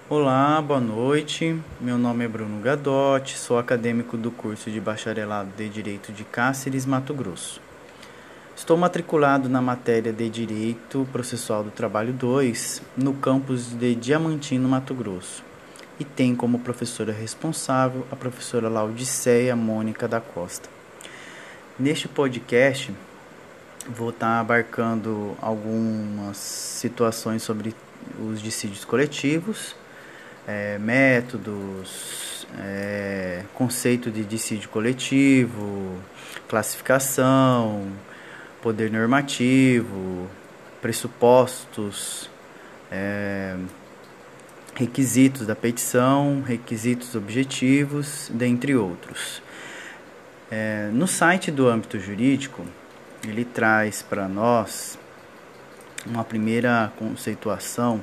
Olá, boa noite. Meu nome é Bruno Gadotti, sou acadêmico do curso de Bacharelado de Direito de Cáceres, Mato Grosso. Estou matriculado na matéria de Direito Processual do Trabalho 2, no campus de Diamantino, Mato Grosso, e tenho como professora responsável a professora Laudiceia Mônica da Costa. Neste podcast, vou estar abarcando algumas situações sobre os dissídios coletivos, métodos, conceito de dissídio coletivo, classificação, poder normativo, pressupostos, requisitos da petição, requisitos objetivos, dentre outros. No site do âmbito jurídico, ele traz para nós uma primeira conceituação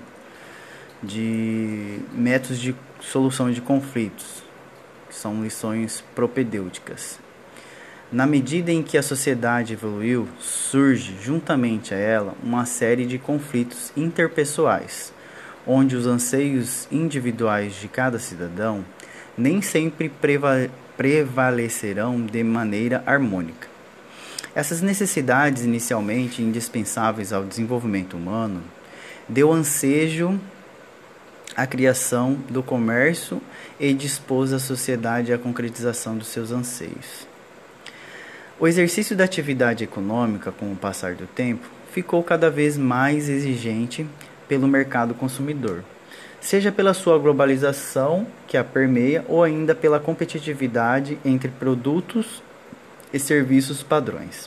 de métodos de solução de conflitos, que são lições propedêuticas. Na medida em que a sociedade evoluiu, surge, juntamente a ela, uma série de conflitos interpessoais, onde os anseios individuais de cada cidadão nem sempre prevalecerão de maneira harmônica. Essas necessidades, inicialmente indispensáveis ao desenvolvimento humano, deu ansejo a criação do comércio e dispôs a sociedade à concretização dos seus anseios. O exercício da atividade econômica, com o passar do tempo, ficou cada vez mais exigente pelo mercado consumidor, seja pela sua globalização que a permeia ou ainda pela competitividade entre produtos e serviços padrões.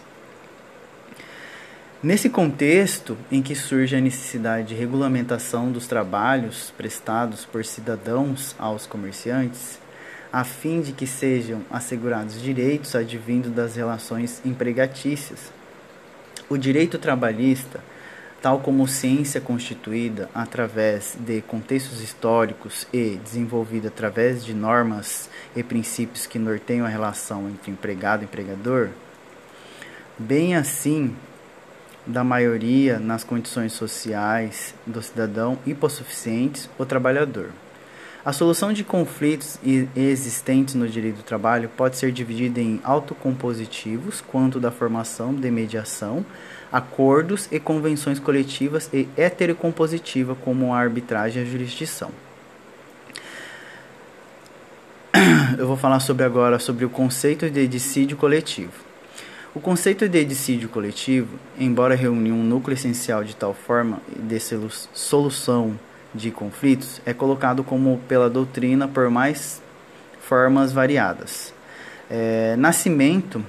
Nesse contexto em que surge a necessidade de regulamentação dos trabalhos prestados por cidadãos aos comerciantes, a fim de que sejam assegurados direitos advindos das relações empregatícias, o direito trabalhista, tal como ciência constituída através de contextos históricos e desenvolvida através de normas e princípios que norteiam a relação entre empregado e empregador, bem assim da maioria nas condições sociais do cidadão hipossuficientes ou trabalhador. A solução de conflitos existentes no direito do trabalho pode ser dividida em autocompositivos, quanto da formação de mediação, acordos e convenções coletivas, e heterocompositiva, como a arbitragem e a jurisdição. Eu vou falar agora sobre o conceito de dissídio coletivo. O conceito de dissídio coletivo, embora reúne um núcleo essencial de tal forma de solução de conflitos, é colocado como pela doutrina por mais formas variadas. Nascimento,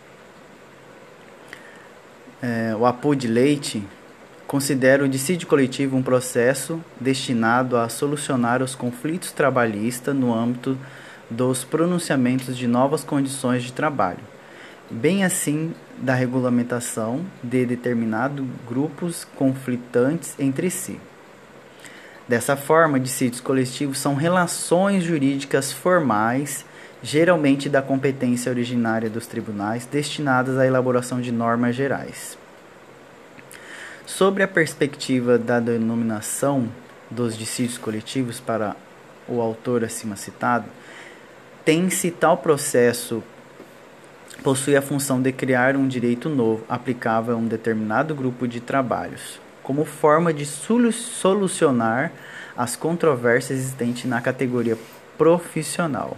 o Apud Leite, considera o dissídio coletivo um processo destinado a solucionar os conflitos trabalhistas no âmbito dos pronunciamentos de novas condições de trabalho, bem assim da regulamentação de determinados grupos conflitantes entre si. Dessa forma, dissídios coletivos são relações jurídicas formais, geralmente da competência originária dos tribunais, destinadas à elaboração de normas gerais. Sobre a perspectiva da denominação dos dissídios coletivos para o autor acima citado, tem-se tal processo possui a função de criar um direito novo, aplicável a um determinado grupo de trabalhos, como forma de solucionar as controvérsias existentes na categoria profissional.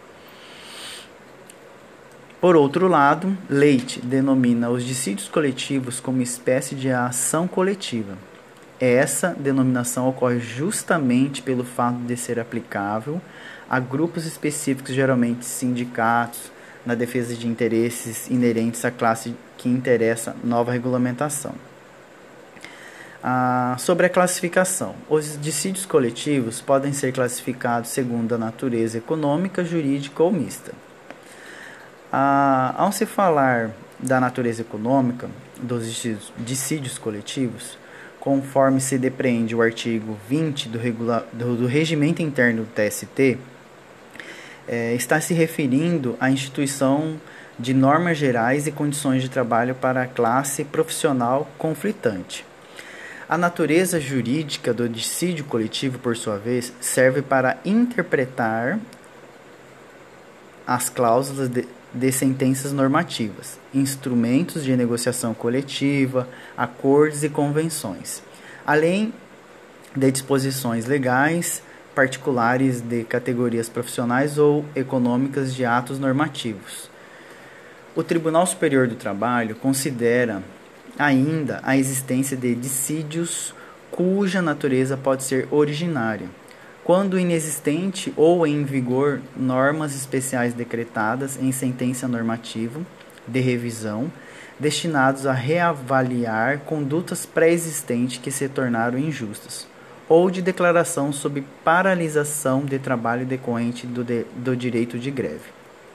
Por outro lado, Leite denomina os dissídios coletivos como espécie de ação coletiva. Essa denominação ocorre justamente pelo fato de ser aplicável a grupos específicos, geralmente sindicatos, na defesa de interesses inerentes à classe que interessa nova regulamentação. Sobre a classificação. Os dissídios coletivos podem ser classificados segundo a natureza econômica, jurídica ou mista. Ao se falar da natureza econômica dos dissídios coletivos, conforme se depreende o artigo 20 do Regimento Interno do TST, está se referindo à instituição de normas gerais e condições de trabalho para a classe profissional conflitante. A natureza jurídica do dissídio coletivo, por sua vez, serve para interpretar as cláusulas de sentenças normativas, instrumentos de negociação coletiva, acordos e convenções, além de disposições legais particulares de categorias profissionais ou econômicas de atos normativos. O Tribunal Superior do Trabalho considera ainda a existência de dissídios cuja natureza pode ser originária, quando inexistente ou em vigor normas especiais decretadas em sentença normativa de revisão, destinados a reavaliar condutas pré-existentes que se tornaram injustas, ou de declaração sob paralisação de trabalho decorrente do direito de greve.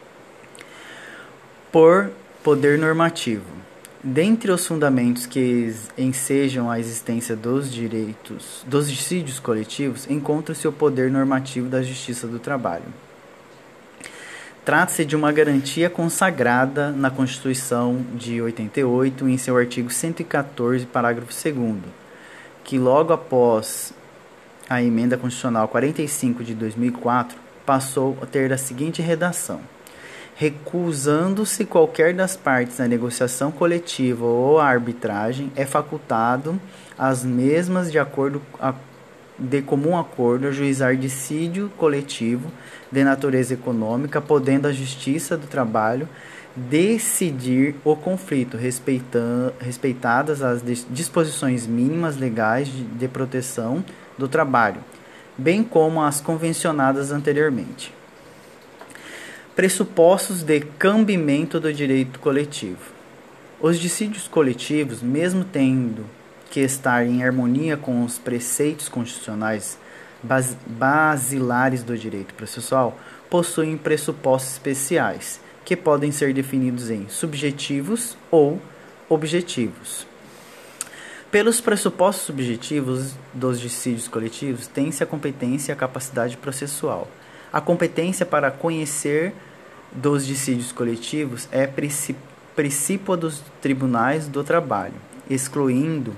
Por poder normativo. Dentre os fundamentos que ensejam a existência dos dissídios coletivos, encontra-se o poder normativo da Justiça do Trabalho. Trata-se de uma garantia consagrada na Constituição de 88, em seu artigo 114, parágrafo 2º, que logo após a Emenda Constitucional 45 de 2004, passou a ter a seguinte redação: recusando-se qualquer das partes na negociação coletiva ou à arbitragem, é facultado as mesmas de comum acordo ajuizar dissídio coletivo de natureza econômica, podendo a Justiça do Trabalho decidir o conflito, respeitadas as disposições mínimas legais de proteção do trabalho, bem como as convencionadas anteriormente. Pressupostos de cambimento do direito coletivo. Os dissídios coletivos, mesmo tendo que estar em harmonia com os preceitos constitucionais basilares do direito processual, possuem pressupostos especiais, que podem ser definidos em subjetivos ou objetivos. Pelos pressupostos subjetivos dos dissídios coletivos, tem-se a competência e a capacidade processual. A competência para conhecer dos dissídios coletivos é princípio dos tribunais do trabalho, excluindo,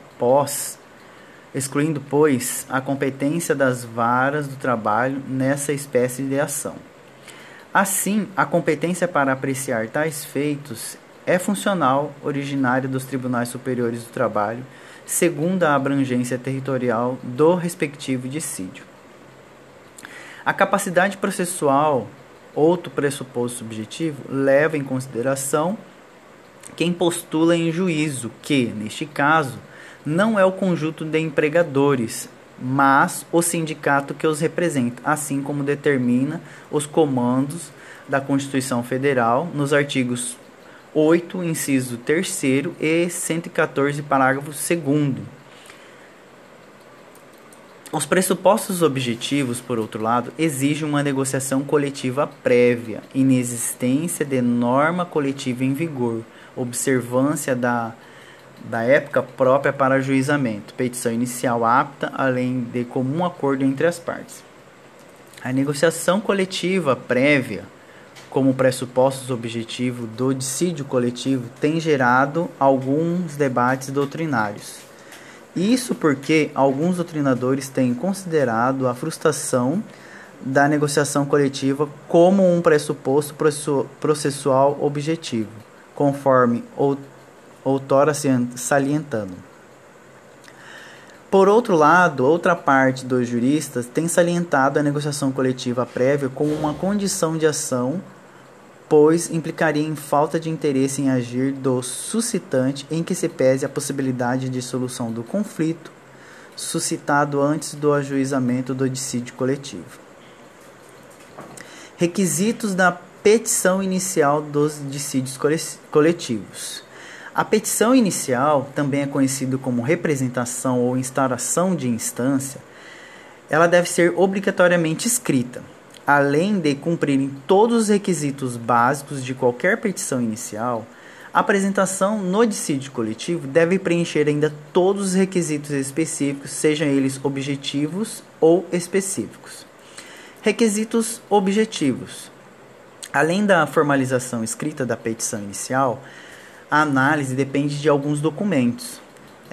pois, a competência das varas do trabalho nessa espécie de ação. Assim, a competência para apreciar tais feitos é funcional, originária dos tribunais superiores do trabalho, segundo a abrangência territorial do respectivo dissídio. A capacidade processual, outro pressuposto subjetivo, leva em consideração quem postula em juízo, que, neste caso, não é o conjunto de empregadores, mas o sindicato que os representa, assim como determina os comandos da Constituição Federal nos artigos 8, inciso 3º e 114, parágrafo 2º. Os pressupostos objetivos, por outro lado, exigem uma negociação coletiva prévia, inexistência de norma coletiva em vigor, observância da época própria para ajuizamento, petição inicial apta, além de comum acordo entre as partes. A negociação coletiva prévia, como pressupostos objetivos do dissídio coletivo, tem gerado alguns debates doutrinários. Isso porque alguns doutrinadores têm considerado a frustração da negociação coletiva como um pressuposto processual objetivo, conforme outrora salientando. Por outro lado, outra parte dos juristas tem salientado a negociação coletiva prévia como uma condição de ação, pois implicaria em falta de interesse em agir do suscitante, em que se pese a possibilidade de solução do conflito suscitado antes do ajuizamento do dissídio coletivo. Requisitos da petição inicial dos dissídios coletivos. A petição inicial, também é conhecida como representação ou instauração de instância, ela deve ser obrigatoriamente escrita. Além de cumprirem todos os requisitos básicos de qualquer petição inicial, a apresentação no dissídio coletivo deve preencher ainda todos os requisitos específicos, sejam eles objetivos ou específicos. Requisitos objetivos. Além da formalização escrita da petição inicial, a análise depende de alguns documentos.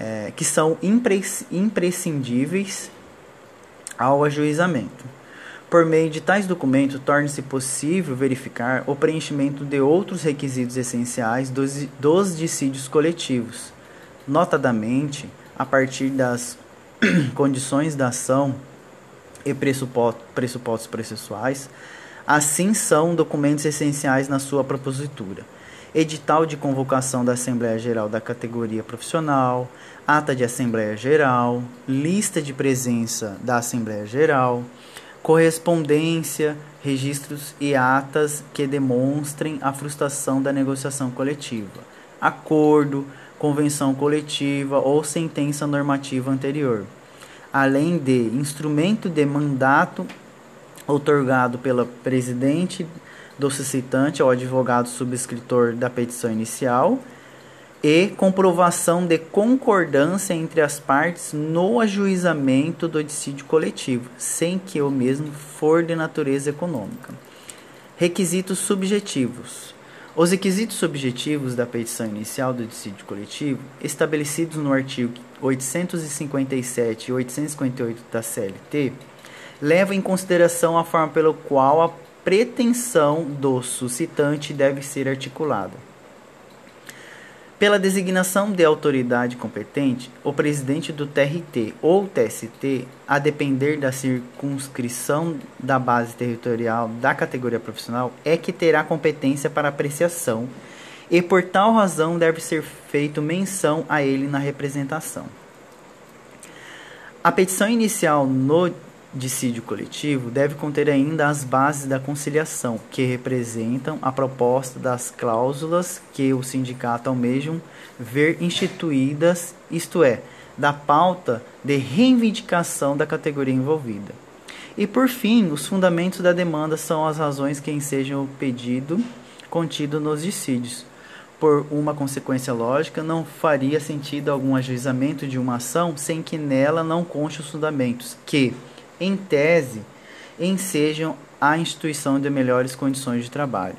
que são imprescindíveis ao ajuizamento. Por meio de tais documentos, torna-se possível verificar o preenchimento de outros requisitos essenciais dos dissídios coletivos, notadamente a partir das condições da ação e pressupostos processuais. Assim são documentos essenciais na sua propositura: edital de convocação da Assembleia Geral da categoria profissional, ata de Assembleia Geral, lista de presença da Assembleia Geral, correspondência, registros e atas que demonstrem a frustração da negociação coletiva, acordo, convenção coletiva ou sentença normativa anterior, além de instrumento de mandato outorgado pela presidente do suscitante ao advogado subscritor da petição inicial e comprovação de concordância entre as partes no ajuizamento do dissídio coletivo, sem que o mesmo for de natureza econômica. Requisitos subjetivos. Os requisitos subjetivos da petição inicial do dissídio coletivo, estabelecidos no artigo 857 e 858 da CLT, levam em consideração a forma pela qual a pretensão do suscitante deve ser articulada. Pela designação de autoridade competente, o presidente do TRT ou TST, a depender da circunscrição da base territorial da categoria profissional, é que terá competência para apreciação e, por tal razão, deve ser feito menção a ele na representação. A petição inicial no dissídio coletivo deve conter ainda as bases da conciliação, que representam a proposta das cláusulas que o sindicato almejam ver instituídas, isto é, da pauta de reivindicação da categoria envolvida. E, por fim, os fundamentos da demanda são as razões que ensejam o pedido contido nos dissídios. Por uma consequência lógica, não faria sentido algum ajuizamento de uma ação sem que nela não conste os fundamentos que, em tese, ensejam a instituição de melhores condições de trabalho.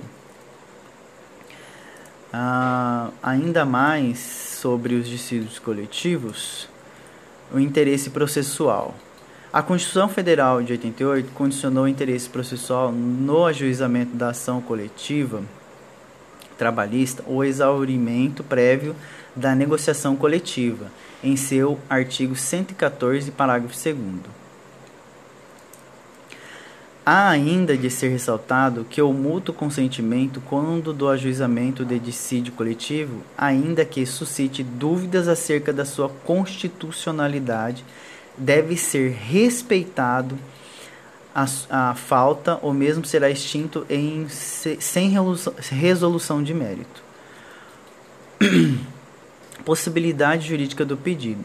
Ainda mais sobre os dissídios coletivos, o interesse processual. A Constituição Federal de 88 condicionou o interesse processual no ajuizamento da ação coletiva trabalhista o exaurimento prévio da negociação coletiva, em seu artigo 114, parágrafo 2º. Há ainda de ser ressaltado que o mútuo consentimento, quando do ajuizamento de dissídio coletivo, ainda que suscite dúvidas acerca da sua constitucionalidade, deve ser respeitado. A falta, ou mesmo será extinto sem resolução de mérito. Possibilidade jurídica do pedido.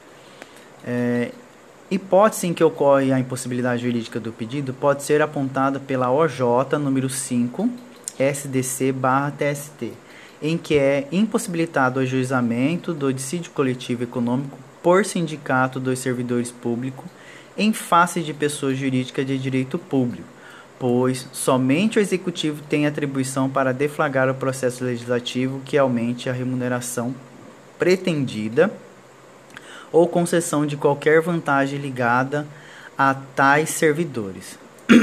Hipótese em que ocorre a impossibilidade jurídica do pedido pode ser apontada pela OJ número 5, SDC/TST, em que é impossibilitado o ajuizamento do dissídio coletivo econômico por sindicato dos servidores públicos em face de pessoa jurídica de direito público, pois somente o Executivo tem atribuição para deflagrar o processo legislativo que aumente a remuneração pretendida ou concessão de qualquer vantagem ligada a tais servidores.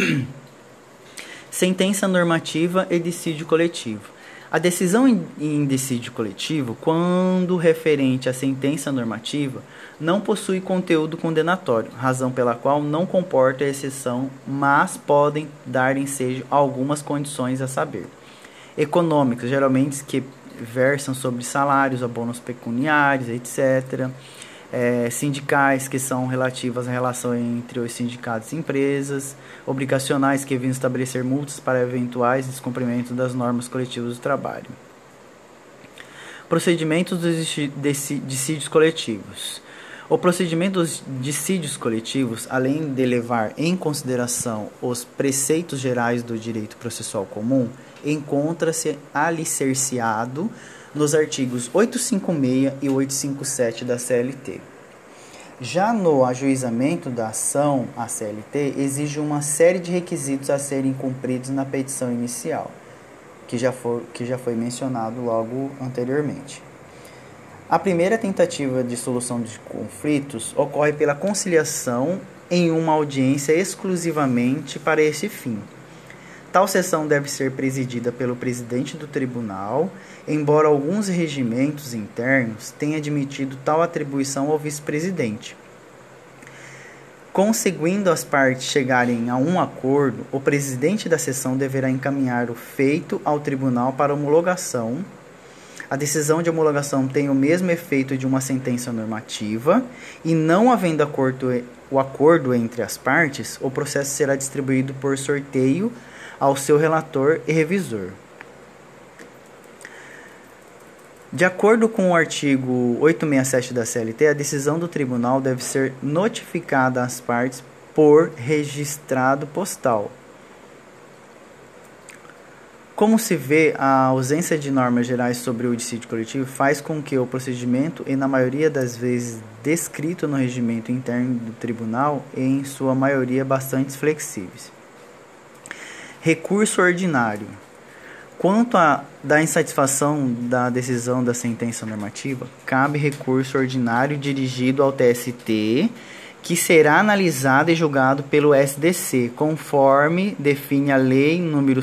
Sentença normativa e dissídio coletivo. A decisão em dissídio coletivo, quando referente à sentença normativa, não possui conteúdo condenatório, razão pela qual não comporta exceção, mas podem dar ensejo a algumas condições a saber. Econômicas, geralmente que versam sobre salários, abonos pecuniários, etc., sindicais, que são relativas à relação entre os sindicatos e empresas, obrigacionais, que visam estabelecer multas para eventuais descumprimentos das normas coletivas do trabalho. Procedimentos dos dissídios coletivos. O procedimento dos dissídios coletivos, além de levar em consideração os preceitos gerais do direito processual comum, encontra-se alicerciado nos artigos 856 e 857 da CLT. Já no ajuizamento da ação, a CLT exige uma série de requisitos a serem cumpridos na petição inicial, que já foi mencionado logo anteriormente. A primeira tentativa de solução de conflitos ocorre pela conciliação em uma audiência exclusivamente para este fim. Tal sessão deve ser presidida pelo presidente do tribunal, embora alguns regimentos internos tenham admitido tal atribuição ao vice-presidente. Conseguindo as partes chegarem a um acordo, o presidente da sessão deverá encaminhar o feito ao tribunal para homologação. A decisão de homologação tem o mesmo efeito de uma sentença normativa e, não havendo o acordo entre as partes, o processo será distribuído por sorteio ao seu relator e revisor. De acordo com o artigo 867 da CLT, a decisão do tribunal deve ser notificada às partes por registrado postal. Como se vê, a ausência de normas gerais sobre o dissídio coletivo faz com que o procedimento, e na maioria das vezes descrito no regimento interno do tribunal, e em sua maioria bastante flexíveis. Recurso ordinário. Quanto da insatisfação da decisão da sentença normativa, cabe recurso ordinário dirigido ao TST, que será analisado e julgado pelo SDC, conforme define a Lei nº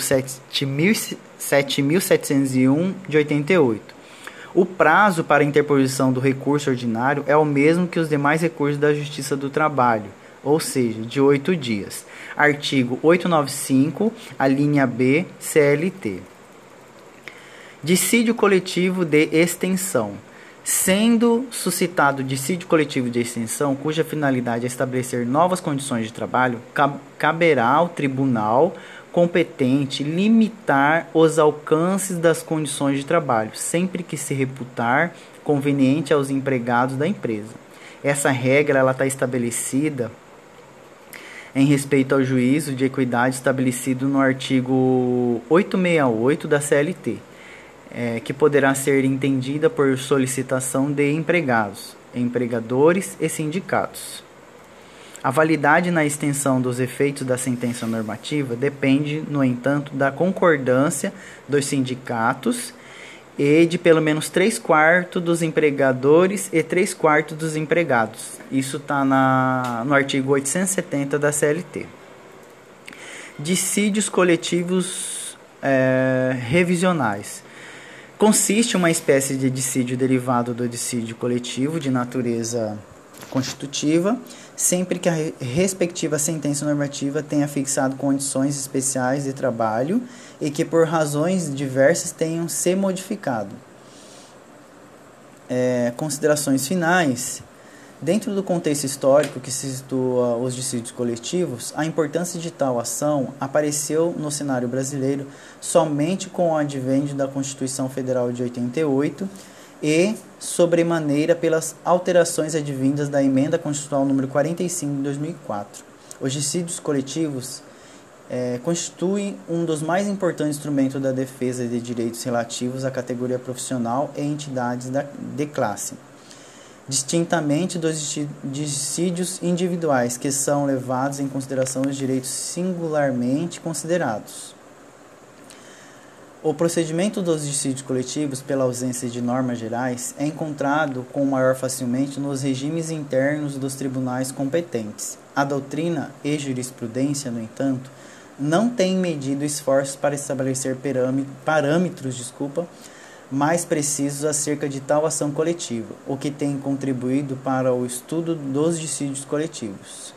7.701 de 88. O prazo para a interposição do recurso ordinário é o mesmo que os demais recursos da Justiça do Trabalho, ou seja, de 8 dias. Artigo 895, a linha B, CLT. Dissídio coletivo de extensão. Sendo suscitado dissídio coletivo de extensão, cuja finalidade é estabelecer novas condições de trabalho, caberá ao tribunal competente limitar os alcances das condições de trabalho, sempre que se reputar conveniente aos empregados da empresa. Essa regra está estabelecida em respeito ao juízo de equidade estabelecido no artigo 868 da CLT. Que poderá ser entendida por solicitação de empregados, empregadores e sindicatos. A validade na extensão dos efeitos da sentença normativa depende, no entanto, da concordância dos sindicatos e de pelo menos 3/4 dos empregadores e 3/4 dos empregados. Isso está no artigo 870 da CLT. Dissídios coletivos revisionais. Consiste em uma espécie de dissídio derivado do dissídio coletivo de natureza constitutiva, sempre que a respectiva sentença normativa tenha fixado condições especiais de trabalho e que por razões diversas tenham se modificado. Considerações finais. Dentro do contexto histórico que se situa os dissídios coletivos, a importância de tal ação apareceu no cenário brasileiro somente com o advento da Constituição Federal de 88 e, sobremaneira, pelas alterações advindas da Emenda Constitucional número 45 de 2004. Os dissídios coletivos constituem um dos mais importantes instrumentos da defesa de direitos relativos à categoria profissional e entidades de classe, distintamente dos dissídios individuais, que são levados em consideração os direitos singularmente considerados. O procedimento dos dissídios coletivos, pela ausência de normas gerais, é encontrado com maior facilmente nos regimes internos dos tribunais competentes. A doutrina e jurisprudência, no entanto, não têm medido esforços para estabelecer parâmetros mais precisos acerca de tal ação coletiva, o que tem contribuído para o estudo dos dissídios coletivos.